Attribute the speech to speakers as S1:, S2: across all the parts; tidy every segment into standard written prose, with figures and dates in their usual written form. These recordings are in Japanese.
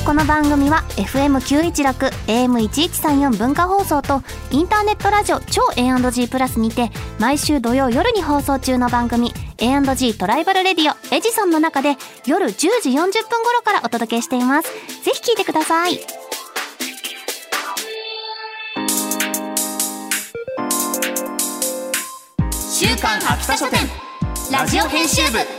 S1: この番組は FM916 AM1134 文化放送とインターネットラジオ超 A&G プラスにて毎週土曜夜に放送中の番組 A&G トライバルレディオエジソンの中で夜10時40分頃からお届けしています。ぜひ聞いてください。
S2: 週刊秋田書店ラジオ編集部。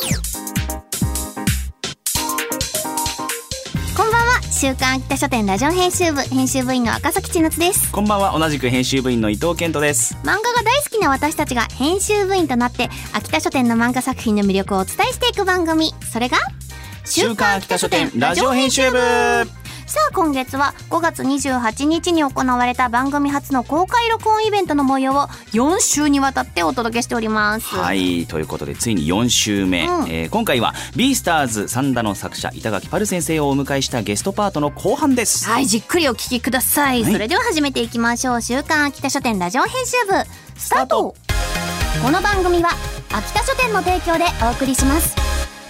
S1: こんばんは。週刊秋田書店ラジオ編集部編集部員の赤崎千夏です。
S3: こんばんは。同じく編集部員の伊藤健人です。
S1: 漫画が大好きな私たちが編集部員となって秋田書店の漫画作品の魅力をお伝えしていく番組、それが
S3: 週刊秋田書店ラジオ編集部。
S1: さあ今月は5月28日に行われた番組初の公開録音イベントの模様を4週にわたってお届けしております。
S3: はい、ということでついに4週目、今回はビースターズサンダの作者板垣パル先生をお迎えしたゲストパートの後半です。
S1: はい、じっくりお聞きください、
S3: はい、
S1: それでは始めていきましょう。週刊秋田書店ラジオ編集部スタート。この番組は秋田書店の提供でお送りします。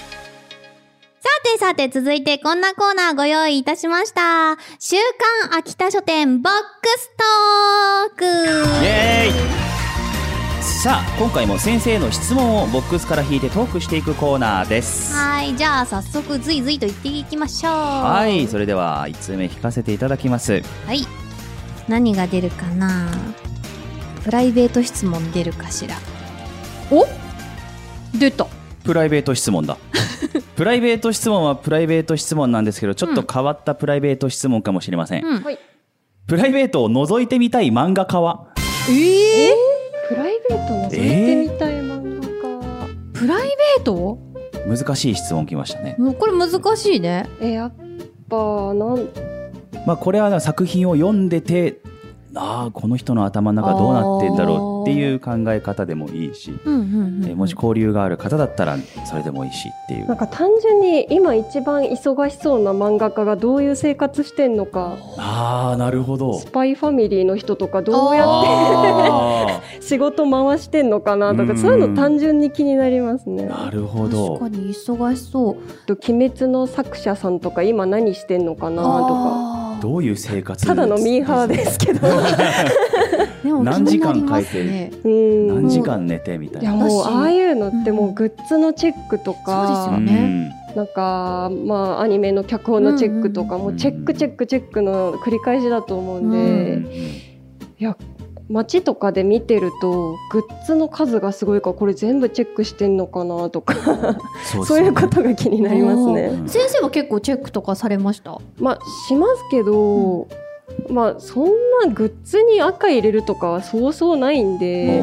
S1: さて続いてこんなコーナーご用意いたしました。週刊秋田書店ボックストーク。
S3: イエーイ。さあ今回も先生の質問をボックスから引いてトークしていくコーナーです。
S1: はい、じゃあ早速ずいずいと言っていきましょう。
S3: はい、それでは1通目引かせていただきます。
S1: はい、何が出るかな。プライベート質問出るかしら。お、出た。
S3: プライベート質問だプライベート質問はプライベート質問なんですけど、ちょっと変わったプライベート質問かもしれません、プライベートを覗いてみたい漫画家は？
S4: プライベート覗いてみたい漫画家、
S1: プライベート？
S3: 難しい質問きましたね。
S1: もうこれ難しいね。
S4: やっぱ
S3: これは作品を読んでて、この人の頭の中どうなってんだろうっていう考え方でもいいし、もし交流がある方だったらそれでもいいしっていう。
S4: なんか単純に今一番忙しそうな漫画家がどういう生活してんのか。
S3: なるほど。
S4: スパイファミリーの人とかどうやって仕事回してんのかなとか、そういうの単純に気になりますね。
S3: なるほど。
S1: 確かに忙しそう。
S4: 鬼滅の作者さんとか今何してんのかなとか。
S3: どういう生活？
S4: ただのミーハーですけど
S1: でも
S3: 何時間書いて、何時間寝てみたいな。
S4: いやもうああいうのってもうグッズのチェックとか、
S1: そうですよね、
S4: なんかアニメの脚本のチェックとかもチェックの繰り返しだと思うんで、いや街とかで見てるとグッズの数がすごいから、これ全部チェックしてんのかなとかそういうことが気になりますね。
S1: 先生は結構チェックとかされました？
S4: しますけど、そんなグッズに赤入れるとかはそうそうないんで、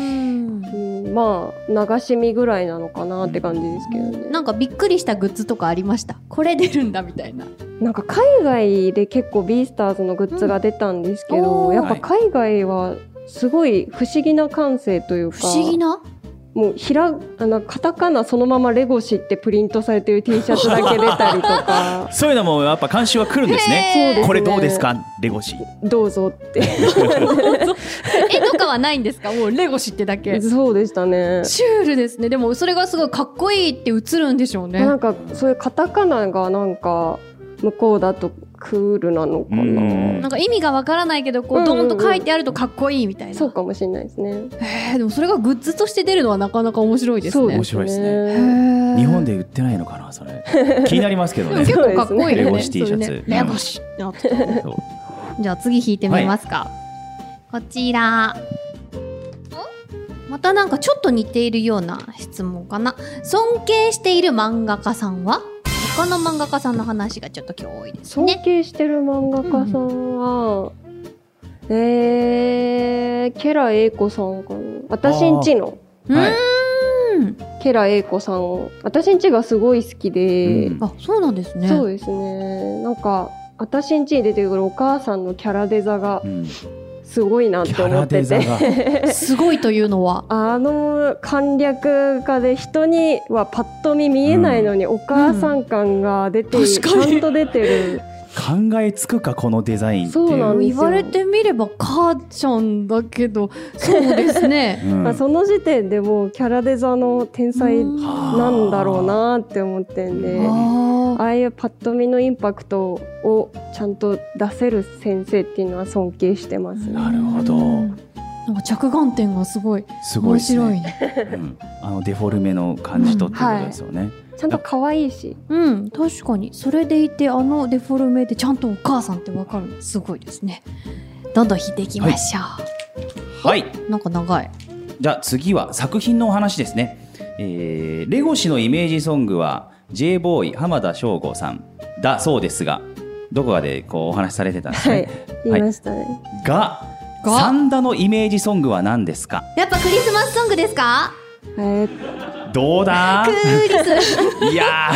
S4: 流し見ぐらいなのかなって感じですけどね。
S1: なんかびっくりしたグッズとかありました？これ出るんだみたいな。
S4: なんか海外で結構ビースターズのグッズが出たんですけど、やっぱ海外はすごい不思議な感性というか、
S1: 不思議な、
S4: もうカタカナそのままレゴシってプリントされてる T シャツだけ出たりとか
S3: そういうのもやっぱ監修は来るんですね。
S4: そうですね。
S3: これどうですかレゴシ
S4: どうぞって
S1: 絵とかはないんですか？もうレゴシってだけ。
S4: そうでしたね。
S1: シュールですね。でもそれがすごいかっこいいって映るんでしょうね。
S4: なんかそういうカタカナがなんか向こうだとクールなのかな。
S1: なんか意味がわからないけどこうドーンと書いてあるとかっこいいみたいな。
S4: そうかもしれないですね。
S1: でもそれがグッズとして出るのはなかなか面白いですね。
S4: そうですね。
S3: 面白いですね。日本で売ってないのかなそれ気になりますけどね。
S1: 結構かっこいいよね。
S3: レゴシ T シャツ、
S1: レゴシじゃあ次引いてみますか、こちら。またなんかちょっと似ているような質問かな。尊敬している漫画家さんは？他の漫画家さんの話がちょっと今日多いですね。
S4: 尊敬してる漫画家さんは、ケラエイコさんかな。私んちのケラエイコさん、私んちがすごい好きで、
S1: そうなんですね。
S4: そうですね。なんか私んちに出てくるお母さんのキャラデザがすごいなって思ってて
S1: すごいというのは
S4: 簡略化で人にはパッと見見えないのに、お母さん感が出て、ちゃんと出てる
S3: 考えつくかこのデザインっていう。
S4: そうなんですよ。
S5: 言われてみれば母ちゃんだけどそうですね、
S4: その時点でもうキャラデザの天才なんだろうなって思ってんで、ああいうパッと見のインパクトをちゃんと出せる先生っていうのは尊敬してますね。
S3: なるほど。
S5: なんか着眼点がすごい面白いね。
S3: デフォルメの感じとってことですよね。
S4: ちゃんと可愛いし、
S5: 確かにそれでいてデフォルメでちゃんとお母さんってわかるのすごいですね。どんどん引いていきましょう。はい。なんか長い。
S3: じゃあ次は作品のお話ですね。レゴシのイメージソングは J ボーイ浜田省吾さんだそうですが、どこかでこうお話しされてたんですね。
S4: はい、言いましたね。
S3: サンダのイメージソングは何ですか？
S5: やっぱクリスマスソングですか？
S3: どうだ？
S5: クリス
S3: いや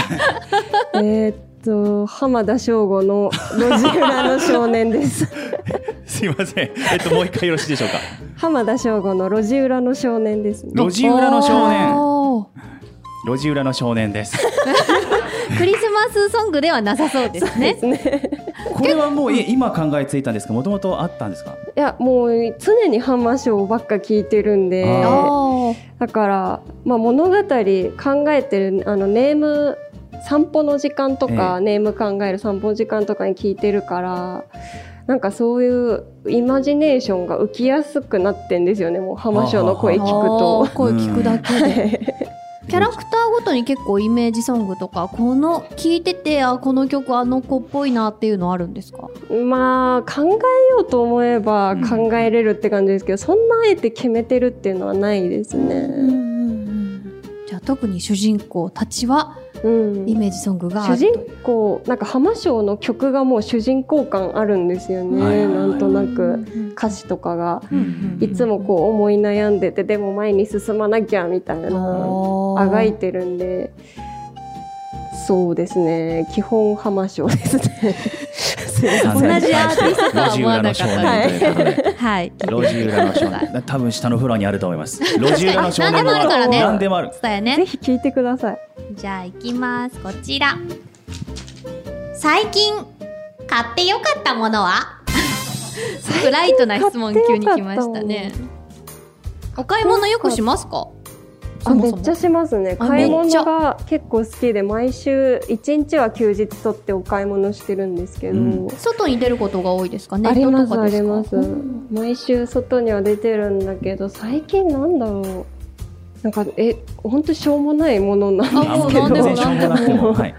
S4: 浜田省吾の路地裏の少年です
S3: すいません、もう一回よろしいでしょうか？
S4: 浜田省吾の路地裏の少年です、ね、
S3: 路地裏の少年、路地裏の少年です
S5: クリスマスソングではなさそうですね。
S4: そうですね
S3: これはもう今考えついたんですか？もともとあったんですか？
S4: いや、もう常に浜省ばっか聞いてるんで、だから、物語考えてるネーム散歩の時間とか、ネーム考える散歩の時間とかに聞いてるから、なんかそういうイマジネーションが浮きやすくなってんですよね。もう浜省の声聞くと、
S5: 声聞くだけでキャラクターごとに結構イメージソングとか聞いててこの曲子っぽいなっていうのあるんですか？
S4: 考えようと思えば考えれるって感じですけど、そんなあえて決めてるっていうのはないですね。
S5: じゃあ特に主人公たちはイメージソングがある
S4: 主人公なんか浜省の曲がもう主人公感あるんですよね。なんとなく歌詞とかがいつもこう思い悩んでて、でも前に進まなきゃみたいなあがいてるんで、そうですね、基本浜省ですね
S5: 同じアーティストとは思わなかった
S3: はい、路地裏の少年、多分下のフロアにあると思います。路地裏の少年は何でもある。
S4: ぜひ聞いてください。
S1: じゃあ行きます。こちら、最近買ってよかったものは？
S5: すごくライトな質問急に来ましたね。お買い物よくしますか？
S4: めっちゃしますね。買い物が結構好きで、毎週1日は休日取ってお買い物してるんですけど、
S5: 外に出ることが多いですか？ネ
S4: あり
S5: ッ
S4: ますあ
S5: トとかですか？
S4: ります、毎週外には出てるんだけど、最近なんだろう、なんか本当しょうもないものなんですけど、
S3: 全然しょうもなくても、はい、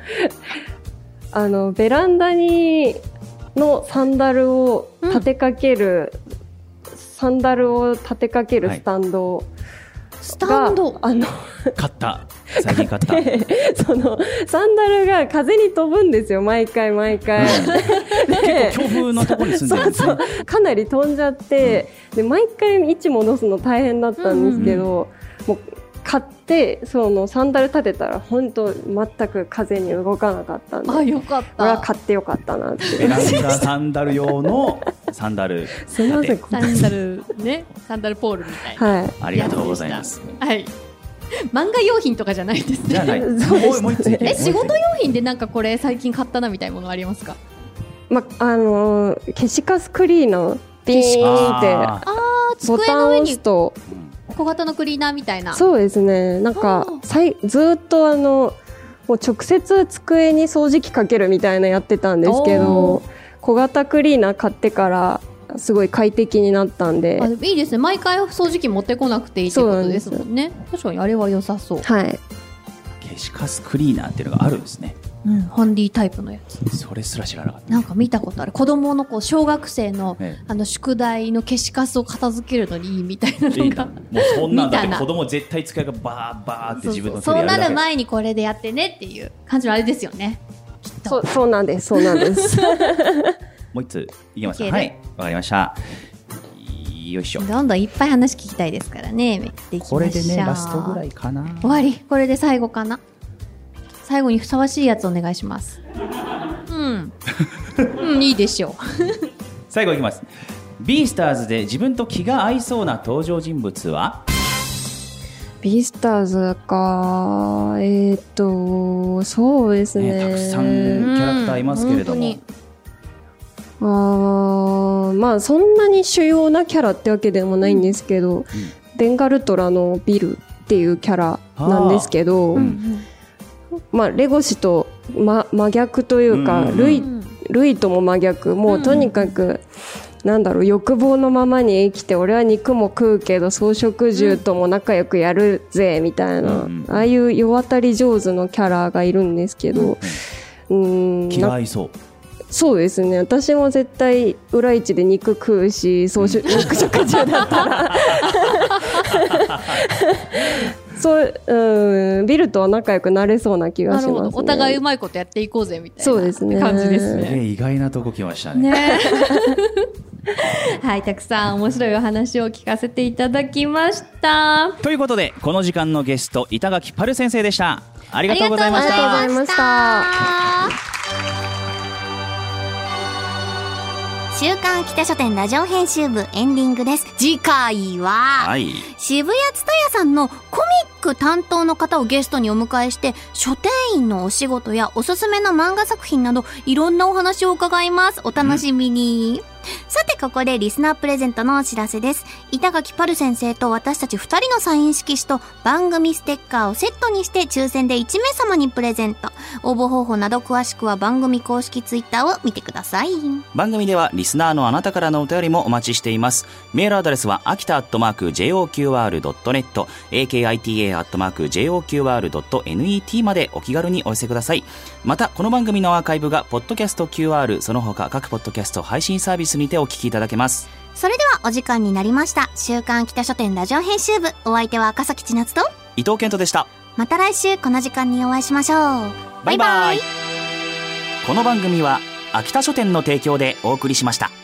S4: ベランダのサンダルを立てかける、サンダルを立てかけるスタンド、
S5: スタンド
S3: 最近買った
S4: そのサンダルが風に飛ぶんですよ、毎回
S3: 結構強風のところに住んでるんですね。
S4: そうかなり飛んじゃって、で毎回位置戻すの大変だったんですけど、もう買ってそのサンダル立てたら本当全く風に動かなかったんで、
S5: よかった。
S4: これは買ってよかったなって。
S3: ベランダサンダル用のサンダル
S4: すみません、
S5: サンダルね、サンダルポールみたいな、
S4: はい、
S3: ありがとうございます。
S5: はい、漫画用品とかじゃないですね。
S3: じゃない。もう一つ
S5: 仕事用品でなんかこれ最近買ったなみたいなものありますか？
S4: 消しカスクリーナービーンってボタンを押すと
S5: 小型のクリーナーみたいな。
S4: そうですね、なんかずっともう直接机に掃除機かけるみたいなやってたんですけど、小型クリーナー買ってからすごい快適になったんで。
S5: いいですね、毎回掃除機持ってこなくていいってことですもんね。確かにあれは良さそう。
S4: はい、
S3: 消しカスクリーナーっていうのがあるんですね。
S5: ハンディタイプのやつ。
S3: それすら知らなかった。
S5: なんか見たことある。子供の小学生の、宿題の消しカスを片付けるのにいいみたいなのが。
S3: もうそんなんだって子供絶対使いがバーバーって自分の手でやるだけ。
S5: そうなる前にこれでやってねっていう感じのあれですよね。きっと。
S4: そうなんです。
S3: もう一ついきますか。はい、わかりました。よいしょ。
S5: どんどんいっぱい話聞きたいですからね。めっていきましょう。
S3: これでね、ラストぐらいかな。
S5: 終わり。これで最後かな。最後にふさわしいやつお願いします。いいでしょう。
S3: 最後いきます。ビースターズで自分と気が合いそうな登場人物は？
S4: ビースターズか、そうですね。
S3: たくさんキャラクターいますけれども、
S4: まあそんなに主要なキャラってわけでもないんですけど、ベンガルトラのビルっていうキャラなんですけど、まあレゴシと、真逆というか、ルイとも真逆、もうとにかく、なんだろう、欲望のままに生きて、俺は肉も食うけど草食獣とも仲良くやるぜみたいな、ああいう世渡り上手のキャラがいるんですけど、
S3: 気が合いそう。
S4: そうですね。私も絶対裏市で肉食うし、肉食獣だったらビルとは仲良くなれそうな気がしますね。
S5: お互いうまいことやっていこうぜみたいな
S4: そうですね
S5: 感じですね。
S3: 意外なとこ来ましたね。
S5: はい、たくさん面白いお話を聞かせていただきました。
S3: ということで、この時間のゲスト、板垣パル先生でした。ありがとうございました。
S4: ありがとうございました。
S1: 週刊北書店ラジオ編集部エンディングです。次回は、渋谷蔦屋さんのコミック担当の方をゲストにお迎えして、書店員のお仕事やおすすめの漫画作品などいろんなお話を伺います。お楽しみに。さて、ここでリスナープレゼントのお知らせです。板垣パル先生と私たち2人のサイン色紙と番組ステッカーをセットにして抽選で1名様にプレゼント。応募方法など詳しくは番組公式ツイッターを見てください。
S6: 番組ではリスナーのあなたからのお便りもお待ちしています。メールアドレスはakita@joqr.net akita@joqr.net までお気軽にお寄せください。またこの番組のアーカイブがポッドキャスト QR その他各ポッドキャスト配信サービスにてお聞きいただけます。
S1: それではお時間になりました。週刊北書店ラジオ編集部、お相手は赤崎千夏と
S6: 伊藤健人でした。
S1: また来週この時間にお会いしましょう。
S6: バイバイ。この番組は秋田書店の提供でお送りしました。